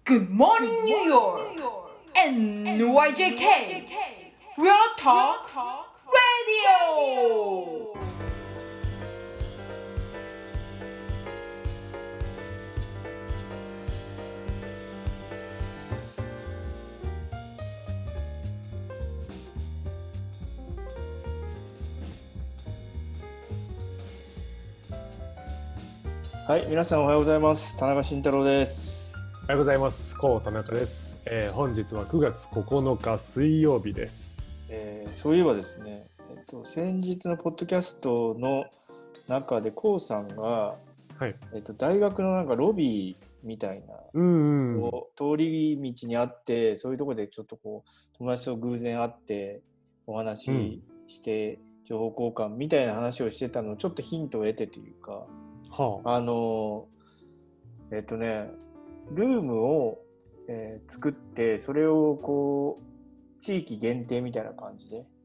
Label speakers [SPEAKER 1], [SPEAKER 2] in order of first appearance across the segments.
[SPEAKER 1] Good morning, New York! NYJK! Real Talk Radio!
[SPEAKER 2] はい、皆さんおはようございます。田中慎太郎です。
[SPEAKER 3] おはようございます。田中です。本日は9月9日水曜日です。
[SPEAKER 2] そういえばですね、先日のポッドキャストの中でさんが、
[SPEAKER 3] はい、
[SPEAKER 2] 大学のなんかロビーみたいな、通り道にあって、そういうところでちょっとこう友達と偶然会ってお話しして、情報交換みたいな話をしてたのをちょっとヒントを得てというか、ルームを、作って、それをこう地域限定みたいな感じで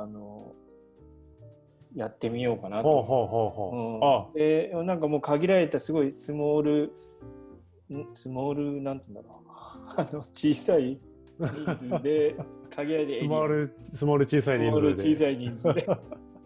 [SPEAKER 2] やってみようかなと。でなんかもう限られたすごいスモールなんつうんだろう小さい人数で限られて
[SPEAKER 3] スモール小さい人数で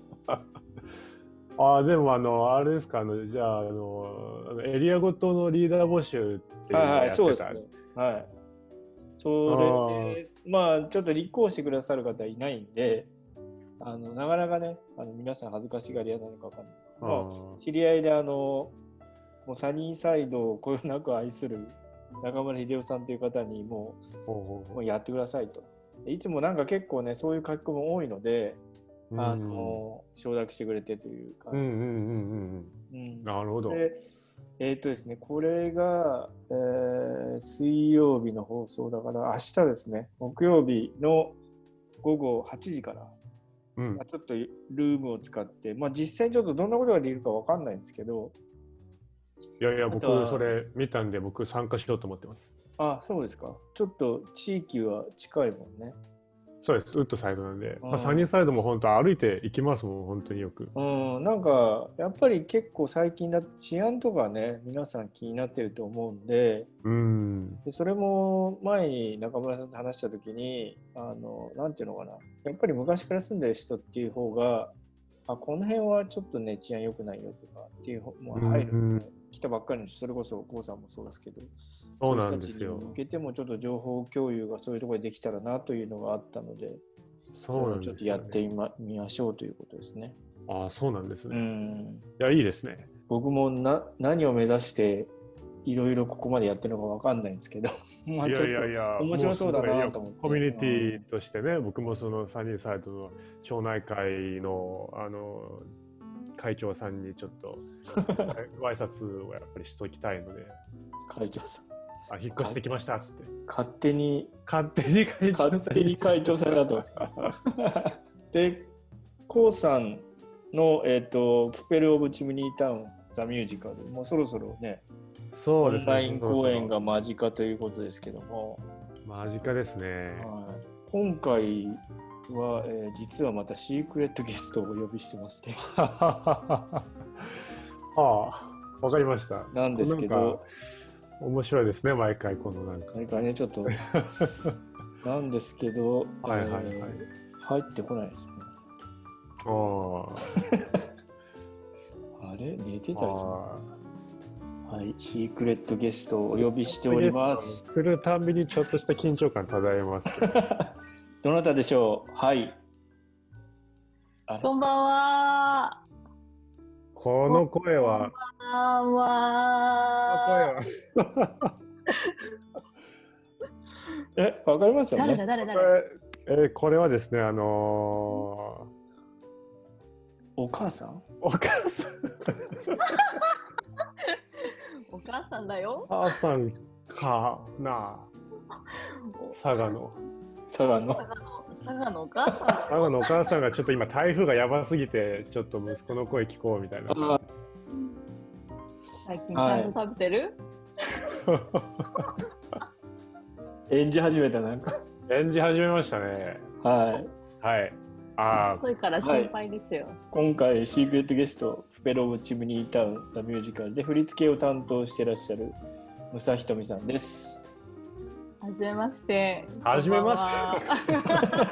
[SPEAKER 3] でもあれですか、じゃあエリアごとのリーダー募集っていうのをやってた。
[SPEAKER 2] そうですね。はい。それでまあちょっと立候補してくださる方いないんで、なかなかね皆さん恥ずかしがり屋なのかわかんない。知り合いでもうサニーサイドをこよなく愛する中村秀夫さんという方にもうやってくださいと。いつもなんか結構ねそういう書き込みも多いので。承諾してくれてという感じ。
[SPEAKER 3] なるほど。
[SPEAKER 2] ですね、これが、水曜日の放送だから明日ですね、木曜日の午後8時から、ちょっとルームを使って、実際にちょっとどんなことができるかわかんないんですけど。
[SPEAKER 3] いや僕それ見たんで僕参加しようと思ってます。
[SPEAKER 2] あ、そうですか。ちょっと地域は近いもんね。
[SPEAKER 3] そうです、ウッドサイドなんで、サニーサイドも本当歩いて行きますもん、本当によく。
[SPEAKER 2] なんかやっぱり結構最近だと治安とかね皆さん気になってると思うんで、でそれも前に中村さんと話した時になんていうのかな、やっぱり昔から住んでる人っていう方がこの辺はちょっとね治安良くないよとかっていうも入るんで、来たばっかりの人、それこそさんもそうですけど、
[SPEAKER 3] そうなんですよ。
[SPEAKER 2] 向けてもちょっと情報共有がそういうところでできたらなというのがあったので、
[SPEAKER 3] そうなんですよね、
[SPEAKER 2] ちょっとやってみましょうということですね。
[SPEAKER 3] そうなんですね。いや、いいですね。
[SPEAKER 2] 僕も何を目指していろいろここまでやってるのかわかんないんですけど
[SPEAKER 3] いや
[SPEAKER 2] 面白そうだなと思って、
[SPEAKER 3] コミュニティとしてね、僕もそのサニーサイドの町内会の会長さんにちょっとご挨拶をやっぱりしときたいので。
[SPEAKER 2] 会長さん
[SPEAKER 3] 引っ越してきましたっつって
[SPEAKER 2] 勝手に
[SPEAKER 3] 会長さん
[SPEAKER 2] になってますかで、さんの、プペル・オブ・チムニータウン・ザ・ミュージカル、もうそろそろね、
[SPEAKER 3] そうですね、
[SPEAKER 2] オンライン公演が間近ということですけども、
[SPEAKER 3] 間近ですね。
[SPEAKER 2] 今回は、実はまたシークレットゲストをお呼びしてまして
[SPEAKER 3] わかりました。
[SPEAKER 2] なんですけど、
[SPEAKER 3] 面白いですね、毎回このなんか
[SPEAKER 2] ね、ちょっとなんですけど、入ってこないですね。あれ寝てたりする。はい、シークレットゲストをお呼びしております。
[SPEAKER 3] 来るたびにちょっとした緊張感漂います
[SPEAKER 2] どなたでしょう。はい、
[SPEAKER 4] こんばんは。
[SPEAKER 3] この声は
[SPEAKER 2] わかりますよね。
[SPEAKER 3] 誰これはですね、
[SPEAKER 2] お母さん
[SPEAKER 3] お母
[SPEAKER 4] さんだよ。
[SPEAKER 3] お母さんかな。佐賀の
[SPEAKER 4] お母さん。
[SPEAKER 3] 佐賀のお母さんがちょっと今台風がやばすぎてちょっと息子の声聞こうみたいな。
[SPEAKER 4] 最近ちゃんと食べてる？
[SPEAKER 2] 演じ始めた
[SPEAKER 3] 演じ始めましたね。
[SPEAKER 2] はい。
[SPEAKER 4] 遅いから心配ですよ。
[SPEAKER 2] 今回シークレットゲストプペル・オブ・チムニータウン・ザ・ミュージカルで振り付けを担当していらっしゃる武蔵ひとみさんです。
[SPEAKER 4] はじめまして。
[SPEAKER 3] はじめま
[SPEAKER 4] して。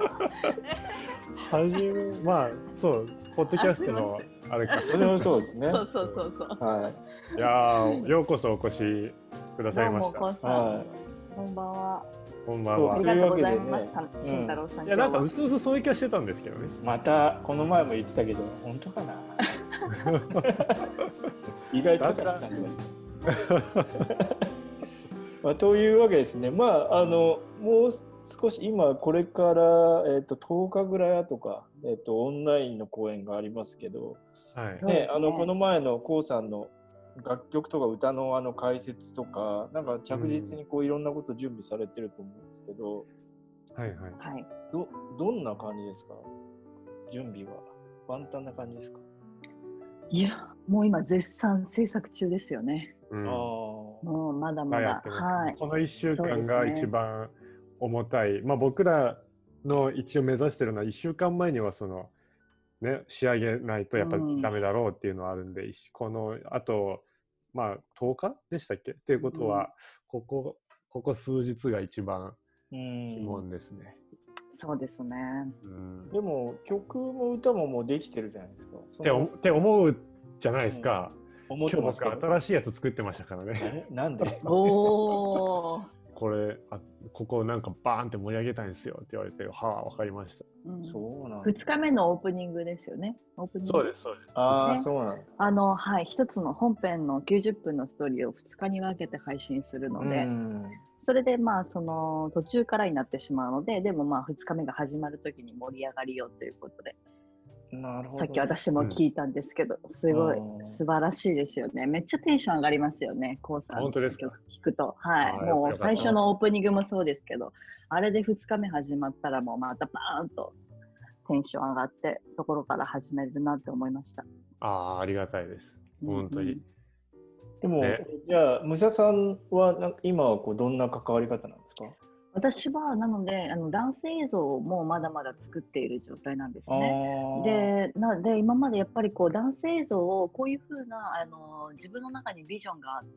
[SPEAKER 3] まあそうポッドキャストのあれか。
[SPEAKER 2] そうですね。
[SPEAKER 4] そう。
[SPEAKER 2] はい。
[SPEAKER 3] いやようこそお越しくださいました。
[SPEAKER 4] はい。こんばんは。
[SPEAKER 3] こんばんは。
[SPEAKER 4] ありがとうございます。慎太郎さん。
[SPEAKER 3] いやなんかうすうすそういう気はしてたんですけどね。
[SPEAKER 2] またこの前も言ってたけど本当かな。意外と高橋さんです。というわけですね。まあもう少し今これから10日ぐらい後かオンラインの公演がありますけど、
[SPEAKER 3] はい
[SPEAKER 2] ね、この前のコウさんの楽曲とか歌の解説とかなんか着実にこういろんなこと準備されてると思うんですけど、
[SPEAKER 3] はい。
[SPEAKER 2] どんな感じですか？準備は万端な感じですか？
[SPEAKER 4] いやもう今絶賛制作中ですよね。もうまだまだ、
[SPEAKER 3] はい、この1週間が一番重たい、まあ僕らの一応目指してるのは1週間前にはそのね仕上げないとやっぱダメだろうっていうのはあるんで、このあとまあ10日でしたっけっていうことは、ここ数日が一番疑問ですね。
[SPEAKER 4] そうですね。
[SPEAKER 2] でも曲も歌ももうできてるじゃないですか。
[SPEAKER 3] って思うじゃないですか。今日僕新しいやつ作ってましたからね。
[SPEAKER 2] なんで？
[SPEAKER 3] これここなんかバーンって盛り上げたいんですよって言われて、はあ分かりました。
[SPEAKER 4] そうなん2日目のオープニングですよね。オープニング。
[SPEAKER 3] そうです。
[SPEAKER 2] ああ、そうなんだ。
[SPEAKER 4] はい、一つの本編の90分のストーリーを2日に分けて配信するので、それでまあその途中からになってしまうので、でもまあ2日目が始まるときに盛り上がりようということで。
[SPEAKER 2] なるほど。
[SPEAKER 4] さっき私も聞いたんですけど、すごい素晴らしいですよね。めっちゃテンション上がりますよね、コウさんの曲聞くと。はい、もう最初のオープニングもそうですけど、あれで2日目始まったらもうまたバーンとテンション上がってところから始めるなって思いました。
[SPEAKER 3] ありがたいです。本当に。
[SPEAKER 2] でも、じゃあ武者さんは今はこうどんな関わり方なんですか？
[SPEAKER 4] 私はなのでダンス映像もまだまだ作っている状態なんですね。で今までやっぱりこうダンス映像をこういう風な自分の中にビジョンがあって、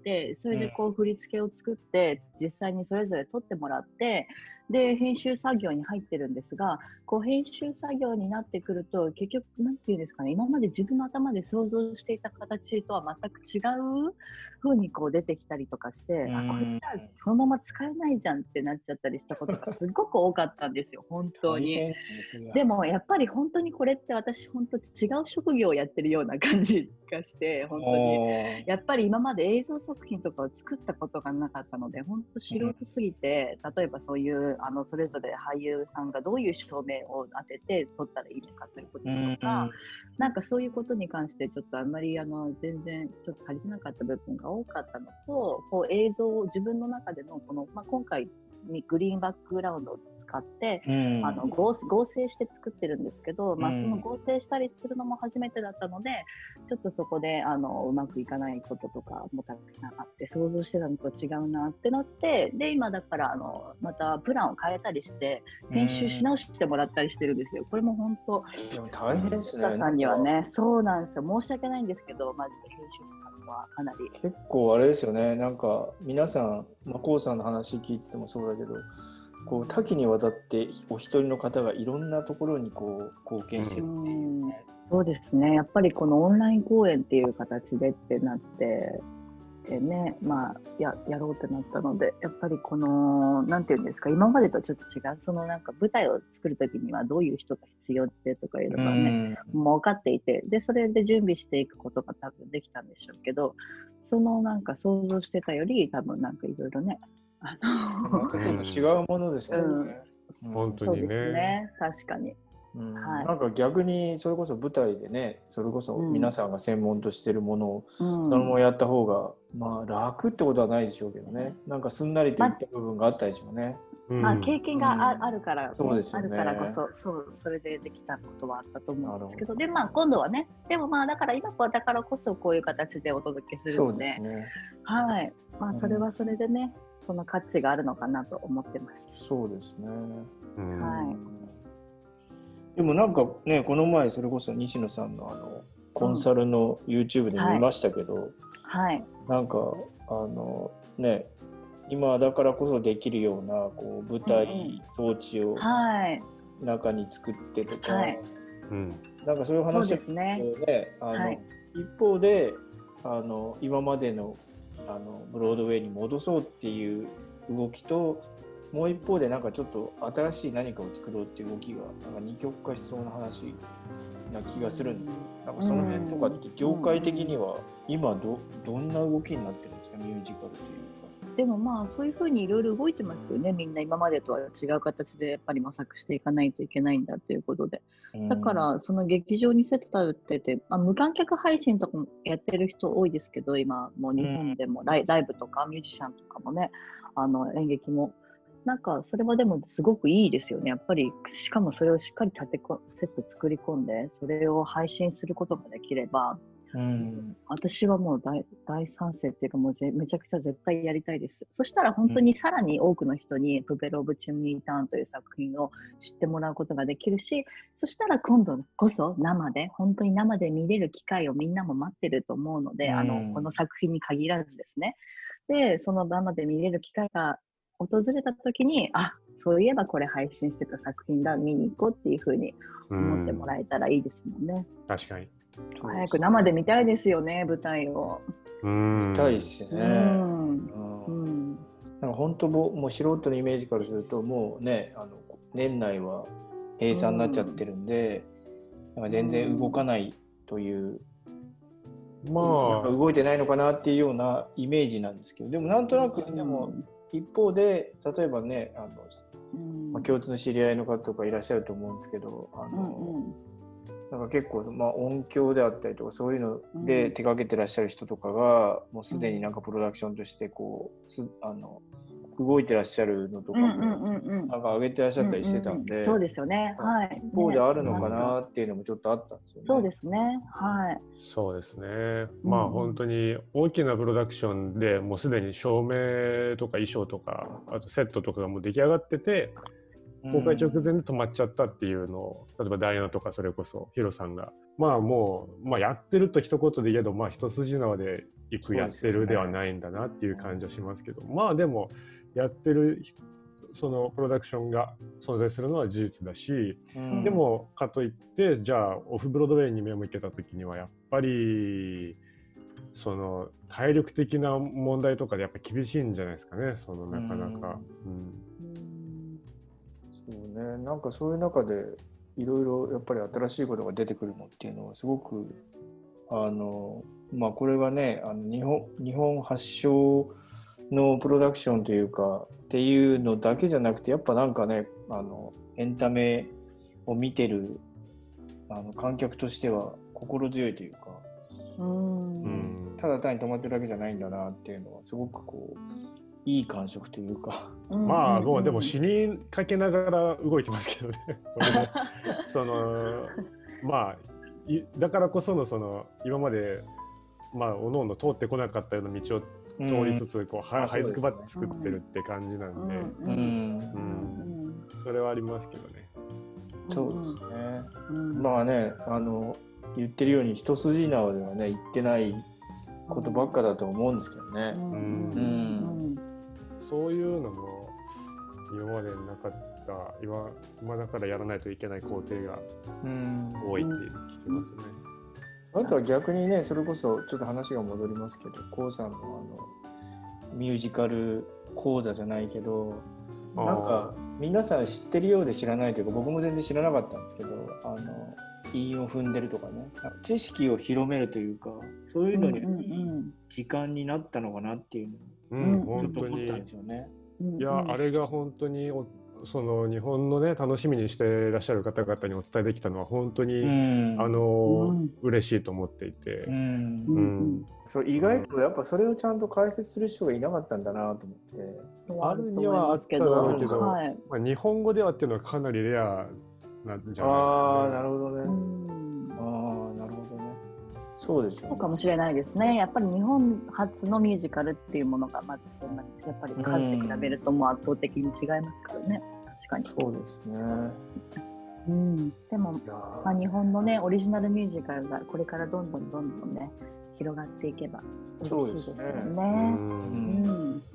[SPEAKER 4] それでこう振り付けを作って実際にそれぞれ撮ってもらって、で編集作業に入ってるんですが、こう編集作業になってくると結局なんていうんですかね、今まで自分の頭で想像していた形とは全く違う風にこう出てきたりとかして、これじゃそのまま使えないじゃんってなっちゃったりしたことがすごく多かったんですよ、本当に。でもやっぱり本当にこれって私本当違う職業をやってるような感じがして、本当にやっぱり今まで映像作品とかを作ったことがなかったので、本当素人すぎて、例えばそういうそれぞれ俳優さんがどういう照明を当てて撮ったらいいのかということとか、なんかそういうことに関してちょっとあんまり全然ちょっと足りてなかった部分が多かったのと、こう映像を自分の中でのこの、今回グリーンバックグラウンドを使って、合成して作ってるんですけど、その合成したりするのも初めてだったので、ちょっとそこでうまくいかないこととかもたくさんあって、想像してたのと違うなってなって、で今だからまたプランを変えたりして編集し直してもらったりしてるんですよ。これも本当
[SPEAKER 2] 大変ですね。
[SPEAKER 4] さんにはね、そうなんですよ。申し訳ないんですけど、まず編集さんはかなり
[SPEAKER 2] 結構あれですよね。なんか皆さん、コウさんの話聞いててもそうだけど、こう多岐にわたってお一人の方がいろんなところにこう貢献してるっていうね。
[SPEAKER 4] そうですね。やっぱりこのオンライン公演っていう形でってなってね、やろうってなったので、やっぱりこのなんていうんですか、今までとちょっと違う、そのなんか舞台を作るときにはどういう人が必要ってとかいうのがね、もう分かっていて、でそれで準備していくことが多分できたんでしょうけど、そのなんか想像してたより多分なんかいろいろね。
[SPEAKER 2] 違うものですよね。
[SPEAKER 3] 本当にね。
[SPEAKER 4] そうですね、確かに。
[SPEAKER 2] なんか逆にそれこそ舞台でね、それこそ皆さんが専門としてるものをそのままやった方が、楽ってことはないでしょうけどね。なんかすんなりといった部分があったでしょうね。
[SPEAKER 4] 経験があるから、
[SPEAKER 2] そうですよね。
[SPEAKER 4] あるからこそ、それでできたことはあったと思うんですけど、で今度はね、でもだから今だからこそこういう形でお届けするので、
[SPEAKER 2] そうですね。
[SPEAKER 4] はい、それはそれでね、その価値があるのかなと思ってます。
[SPEAKER 2] そうですね。
[SPEAKER 4] はい。
[SPEAKER 2] でもなんかね、この前それこそ西野さんのコンサルの YouTube で見ましたけど、
[SPEAKER 4] はい、
[SPEAKER 2] なんかね、 今だからこそできるようなこう舞台装置を
[SPEAKER 4] はい
[SPEAKER 2] 中に作ってとか、
[SPEAKER 4] はい
[SPEAKER 2] なんかそういう
[SPEAKER 4] そう
[SPEAKER 2] 話を
[SPEAKER 4] ですね。
[SPEAKER 2] ね、
[SPEAKER 4] はい
[SPEAKER 2] 一方で今までのブロードウェイに戻そうっていう動きと、もう一方でなんかちょっと新しい何かを作ろうっていう動きがなんか二極化しそうな話な気がするんですけど、なんかその辺とかって業界的には今どんな動きになってるんですか、ミュージカルというか。
[SPEAKER 4] でもまあそういうふうにいろいろ動いてますよね。みんな今までとは違う形でやっぱり模索していかないといけないんだということで。だからその劇場にセット立ってて、無観客配信とかもやってる人多いですけど、今もう日本でもライブとかミュージシャンとかもね、演劇も。なんかそれはでもすごくいいですよね。やっぱりしかもそれをしっかりセット作り込んで、それを配信することができれば、私はもう大賛成っていうか、もうめちゃくちゃ絶対やりたいです。そしたら本当にさらに多くの人にプペル・オブ・チェムニー・ターンという作品を知ってもらうことができるし、そしたら今度こそ本当に生で見れる機会をみんなも待ってると思うので、この作品に限らずですね。で、その生で見れる機会が訪れた時に、そういえばこれ配信してた作品だ、見に行こうっていう風に思ってもらえたらいいですもんね。
[SPEAKER 3] 確かに。
[SPEAKER 4] 早く生で見たいですよね、舞台を。
[SPEAKER 2] 見たいですね。なんか本当もう素人のイメージからすると、もうね、年内は閉鎖になっちゃってるんで、なんか全然動かないという、なんか動いてないのかなっていうようなイメージなんですけど、でもなんとなくでも一方で、例えばね、共通の知り合いの方とかいらっしゃると思うんですけど、なんか結構、音響であったりとかそういうので手掛けてらっしゃる人とかが、もうすでになんかプロダクションとしてこう動いてらっしゃるのとかもなんか上げてらっしゃったりしてたんで、
[SPEAKER 4] そうですよね。はい。
[SPEAKER 2] 一方であるのかなっていうのもちょっとあったんですよね。
[SPEAKER 4] そうですね。はい。
[SPEAKER 3] そうですね。本当に大きなプロダクションでもうすでに照明とか衣装とかあとセットとかがもう出来上がってて、公開直前で止まっちゃったっていうのを、例えばダイアナとかそれこそヒロさんがもうやってると一言で言えど、一筋縄でいくやってるではないんだなっていう感じはしますけど、でもやってるそのプロダクションが存在するのは事実だし、でもかといってじゃあオフブロードウェイに目を向けた時にはやっぱりその体力的な問題とかでやっぱり厳しいんじゃないですかね、そのなかなか。
[SPEAKER 2] そうね、なんかそういう中でいろいろやっぱり新しいことが出てくるのっていうのはすごくこれはね、日本発祥のプロダクションというかっていうのだけじゃなくて、やっぱなんかね、エンタメを見てる観客としては心強いというか、ただ単に止まってるだけじゃないんだなっていうのはすごくこういい感触というか、
[SPEAKER 3] もうでも死にかけながら動いてますけどねそのだからこそのその今までおのおの通ってこなかったような道を通りつつこう這いつくばって作ってるって感じなんで、それはありますけどね。
[SPEAKER 2] そうですね。言ってるように一筋縄ではね言ってないことばっかだと思うんですけどね。
[SPEAKER 3] そういうのも今までなかった、今だからやらないといけない工程が多いって聞きますね。
[SPEAKER 2] あとは逆にね、それこそちょっと話が戻りますけど、コウさんのミュージカル講座じゃないけど、なんか皆さん知ってるようで知らないというか、僕も全然知らなかったんですけど、韻を踏んでるとかね、知識を広めるというか、そういうのに時間になったのかなっていうのをちょっと思ったんですよね。
[SPEAKER 3] いや、あれが本当にその日本のね楽しみにしていらっしゃる方々にお伝えできたのは本当に嬉しいと思っていて、
[SPEAKER 2] そう意外とやっぱそれをちゃんと解説する人がいなかったんだなと思って、
[SPEAKER 3] あるにはあっただろうけど、日本語ではっていうのはかなりレアなんじゃないですかね。
[SPEAKER 2] なるほどね。なるほどね。そうですよね。
[SPEAKER 4] そうかもしれないですね。やっぱり日本初のミュージカルっていうものがまずそんなにやっぱり数で比べるともう圧倒的に違いますからね。確かに。
[SPEAKER 2] そうですね。
[SPEAKER 4] でも、日本のねオリジナルミュージカルがこれからどんどんね広がっていけば嬉しいですよね。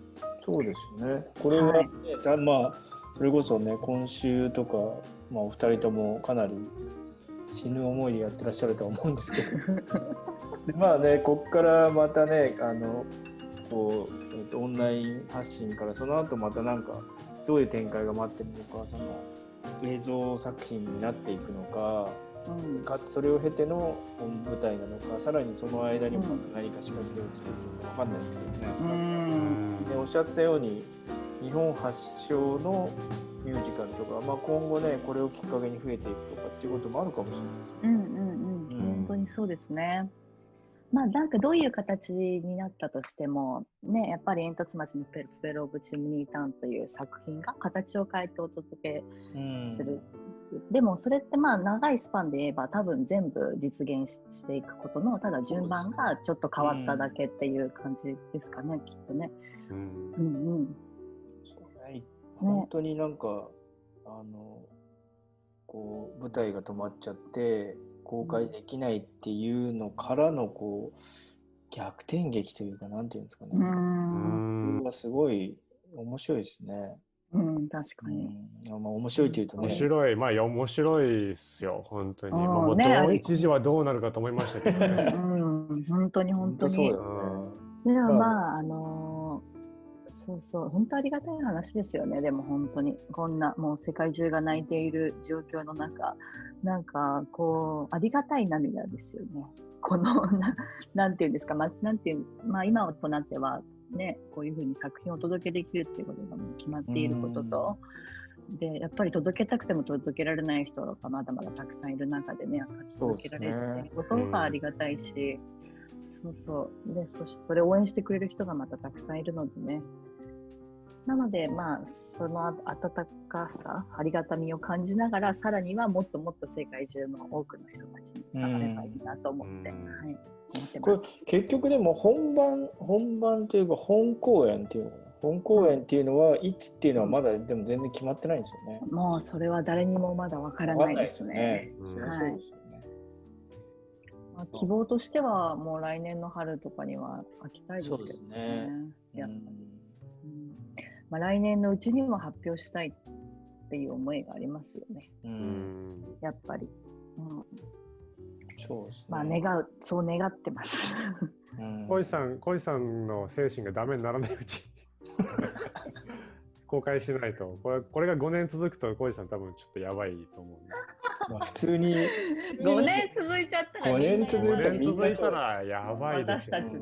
[SPEAKER 2] そうですよね。これは、ね、まあそれこそね今週とか、まあ、お二人ともかなり死ぬ思いでやってらっしゃるとは思うんですけどでまあねこっからまたねこう、オンライン発信からその後またなんかどういう展開が待ってるのか、その映像作品になっていくのか、それを経ての本舞台なのか、さらにその間にも何か仕掛けを作るのか分かんないですけどね。でおっしゃってたように日本発祥のミュージカルとか、まあ、今後ねこれをきっかけに増えていくとかっていうこともあるかもしれないですね。
[SPEAKER 4] 本当にそうですね。まあなんかどういう形になったとしてもね、やっぱり煙突町のペロオブチムニータウンという作品が形を変えてお届けする。でもそれってまあ長いスパンで言えば多分全部実現していくことのただ順番がちょっと変わっただけっていう感じですかね、きっとね。
[SPEAKER 2] そうね、本当になんかこう舞台が止まっちゃって公開できないっていうのからのこう逆転劇というかなんていうんですかね。これはすごい面白いですね。
[SPEAKER 4] 確かに。
[SPEAKER 2] まあ面白いというとね。
[SPEAKER 3] 面白い、まあ面白いですよ本当に。もう一時はどうなるかと思いましたけどね。
[SPEAKER 4] 本当に。
[SPEAKER 2] そうよ
[SPEAKER 4] ね。でもまあそう本当ありがたい話ですよね。でも本当にこんなもう世界中が泣いている状況の中、なんかこうありがたい涙ですよね。このなんていうんですか、今となってはね、こういうふうに作品をお届けできるっていうことが決まっていることと、でやっぱり届けたくても届けられない人がまだまだたくさんいる中でね、届けられるっていうことがありがたいし、でそれを応援してくれる人がまたたくさんいるのでね。なのでまあその温かさ、ありがたみを感じながら、さらにはもっともっと世界中の多くの人たちに伝わればいいなと思って、
[SPEAKER 2] これ結局でも本番というか本公演っていうのはいつっていうのはまだでも全然決まってないんですよね。
[SPEAKER 4] もうそれは誰にもまだわからないですね。希望としてはもう来年の春とかには開きたいですけどね。やっぱり来年のうちにも発表したいっていう思いがありますよね。やっぱり。
[SPEAKER 2] そうですね。
[SPEAKER 4] まあそう願ってます。
[SPEAKER 3] 小井さんの精神がダメにならないうちに公開しないと、これが5年続くと小井さん多分ちょっとやばいと思うんで。
[SPEAKER 2] まあ普通に
[SPEAKER 4] 5年続いちゃったら
[SPEAKER 2] 5年続いた
[SPEAKER 3] らやばいですよ。
[SPEAKER 4] 私たち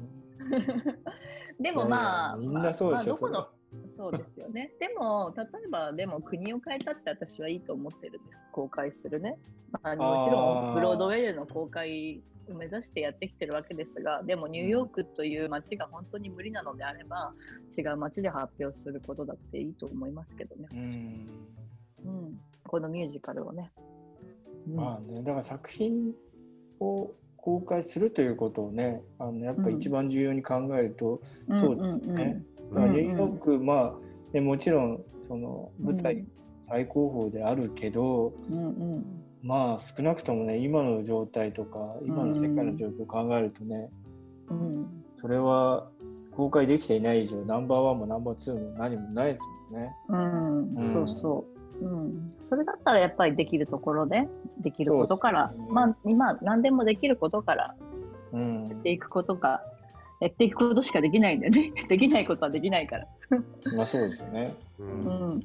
[SPEAKER 4] でもまあ
[SPEAKER 2] みんなそうでしょ。
[SPEAKER 4] そうですよね。でも例えば国を変えたって私はいいと思ってるんです。公開するね。もちろんブロードウェイでの公開を目指してやってきてるわけですが、でもニューヨークという街が本当に無理なのであれば、違う街で発表することだっていいと思いますけどね。このミュージカルをね。
[SPEAKER 2] まあね、だから作品を公開するということをね、やっぱ一番重要に考えると、そうですね。ニューヨーク、まあ、もちろんその舞台最高峰であるけど、まあ少なくともね、今の状態とか今の世界の状況を考えるとね、それは公開できていない以上、ナンバーワンもナンバーツーも何もないですもんね。
[SPEAKER 4] それだったらやっぱりできるところでできることから、今何でもできることからやっていくことが、やっていくことしかできないんだよね。できないことはできないから。
[SPEAKER 2] まあそうですよね。わ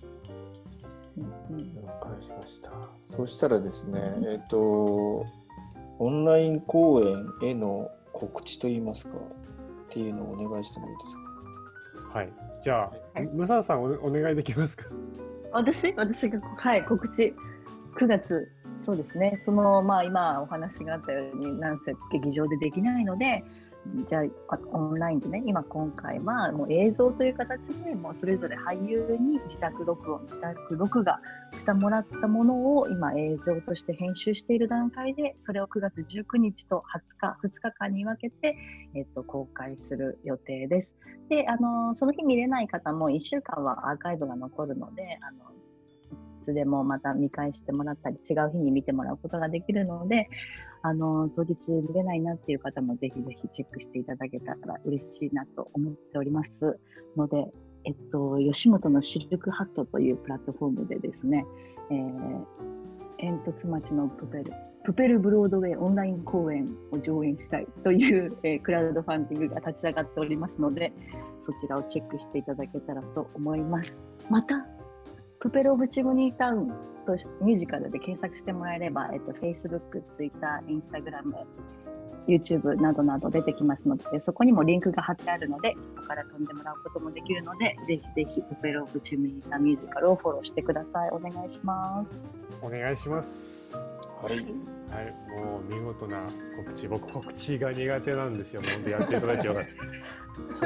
[SPEAKER 2] かりました。そしたらですね、オンライン公演への告知といいますかっていうのをお願いしてもいいですか。
[SPEAKER 3] はい。じゃあ、ムサさんお願いできますか。
[SPEAKER 4] 私が告知9月、そうですね。今お話があったようになんせ劇場でできないので、じゃあオンラインでね、今回はもう映像という形でもうそれぞれ俳優に自宅録画してもらったものを今映像として編集している段階で、それを9月19日と2日間に分けて、公開する予定です。で、その日見れない方も1週間はアーカイブが残るので、 つでもまた見返してもらったり、違う日に見てもらうことができるので、当日見れないなっていう方もぜひぜひチェックしていただけたら嬉しいなと思っておりますので、吉本のシルクハットというプラットフォームでですね、煙突町のプペルブロードウェイオンライン公演を上演したいという、クラウドファンディングが立ち上がっておりますので、そちらをチェックしていただけたらと思います。また、プペルオブチムニータウンとミュージカルで検索してもらえれば、Facebook、Twitter、Instagram、YouTube などなど出てきますので、そこにもリンクが貼ってあるので、そこから飛んでもらうこともできるので、ぜひぜひプペルオブチムニータウンミュージカルをフォローしてください。お願いします。
[SPEAKER 3] お願いします。
[SPEAKER 2] はい、
[SPEAKER 3] はい、もう見事な告知。僕告知が苦手なんですよ。もう本当やっていただいてよかった。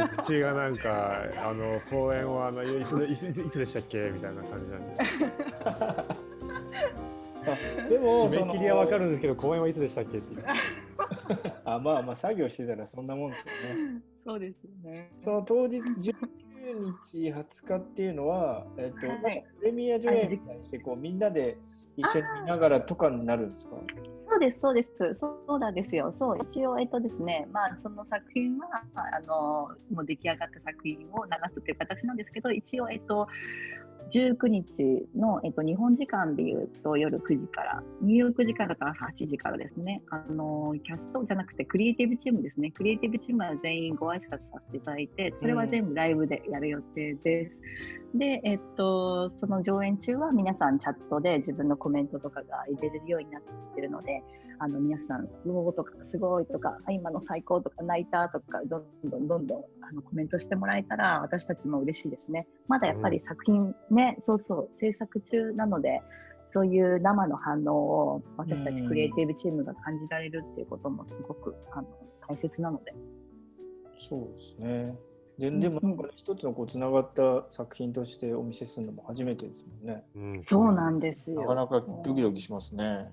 [SPEAKER 3] 告知がなんか公演はいつでしたっけみたいな感じなんで。でも締め切りはわかるんですけど、公演はいつでしたっけっていう。
[SPEAKER 2] まあ作業してたらそんなもんですよね。
[SPEAKER 4] そうですよね。
[SPEAKER 2] その当日19日20日っていうのは、プレミア上映に対してみんなで一緒に見ながらとかになるんですか？
[SPEAKER 4] そうです、そうです。そうなんですよ。そう、一応、ですね、その作品は、もう出来上がった作品を流すという形なんですけど、一応、19日の、日本時間でいうと夜9時から、ニューヨーク時間だと朝8時からですね、キャストじゃなくてクリエイティブチームですね。クリエイティブチームは全員ご挨拶させていただいて、それは全部ライブでやる予定です。で、その上演中は皆さんチャットで自分のコメントとかが入れれるようになっているので、皆さん、うおーとかすごいとか、今の最高とか泣いたとか、どんどんコメントしてもらえたら私たちも嬉しいですね。まだやっぱり作品ね、制作中なので、そういう生の反応を私たちクリエイティブチームが感じられるっていうこともすごく大切なので。
[SPEAKER 2] そうですね。でもなんかね、一つのつながった作品としてお見せするのも初めてですもんね。
[SPEAKER 4] そうなんですよ。
[SPEAKER 2] なかなかドキドキしますね。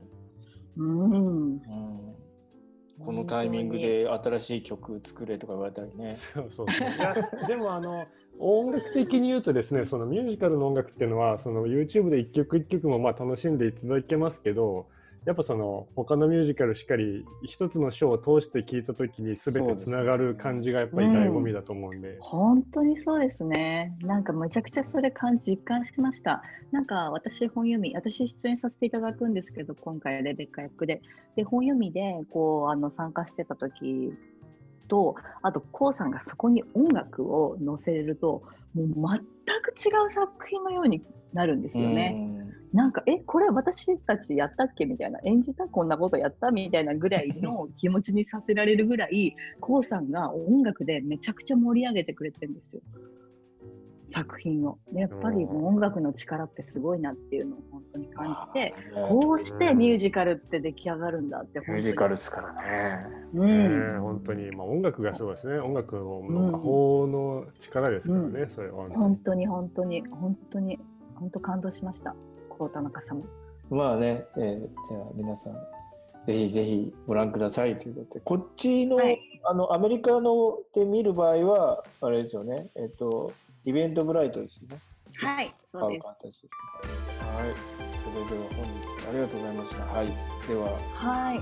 [SPEAKER 2] このタイミングで新しい曲作れとか言われたりね。
[SPEAKER 3] そう。いやでも音楽的に言うとですね、そのミュージカルの音楽っていうのはその YouTube で一曲一曲も楽しんでいただけますけど、やっぱその他のミュージカルしっかり一つのショーを通して聴いた時に全てつながる感じがやっぱり醍醐味だと思うんで、
[SPEAKER 4] 本当にそうですね。なんかむちゃくちゃそれ実感しました。なんか私出演させていただくんですけど、今回レベッカ役で本読みで参加してた時と、あとコウさんがそこに音楽を載せるともう全く違う作品のようになるんですよね。なんかこれ私たちやったっけみたいな、演じたこんなことやったみたいなぐらいの気持ちにさせられるぐらいコウさんが音楽でめちゃくちゃ盛り上げてくれてるんですよ、作品を。やっぱり音楽の力ってすごいなっていうのを本当に感じて、こうしてミュージカルって出来上がるんだって。
[SPEAKER 2] ミュージカルですからね。
[SPEAKER 3] 本当に、音楽がそうですね。音楽の魔法の力ですからね。それは
[SPEAKER 4] 本当に感動しました。田中さんも。
[SPEAKER 2] まあね、じゃあ皆さんぜひぜひご覧くださいということで、こっちの、アメリカので見る場合はあれですよね、イベントブライトですよね。
[SPEAKER 4] はい、そうです。
[SPEAKER 2] 形ですね。はい、それでは本日ありがとうございました。はい、では、
[SPEAKER 4] はい、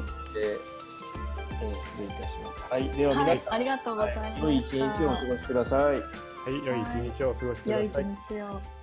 [SPEAKER 2] 失礼いたします。はい、では皆さん、
[SPEAKER 4] ありがとうございます。
[SPEAKER 2] 良い一日をお過ごしください。はい、
[SPEAKER 3] 良い一日をお過ごしください。
[SPEAKER 4] 良い一日を。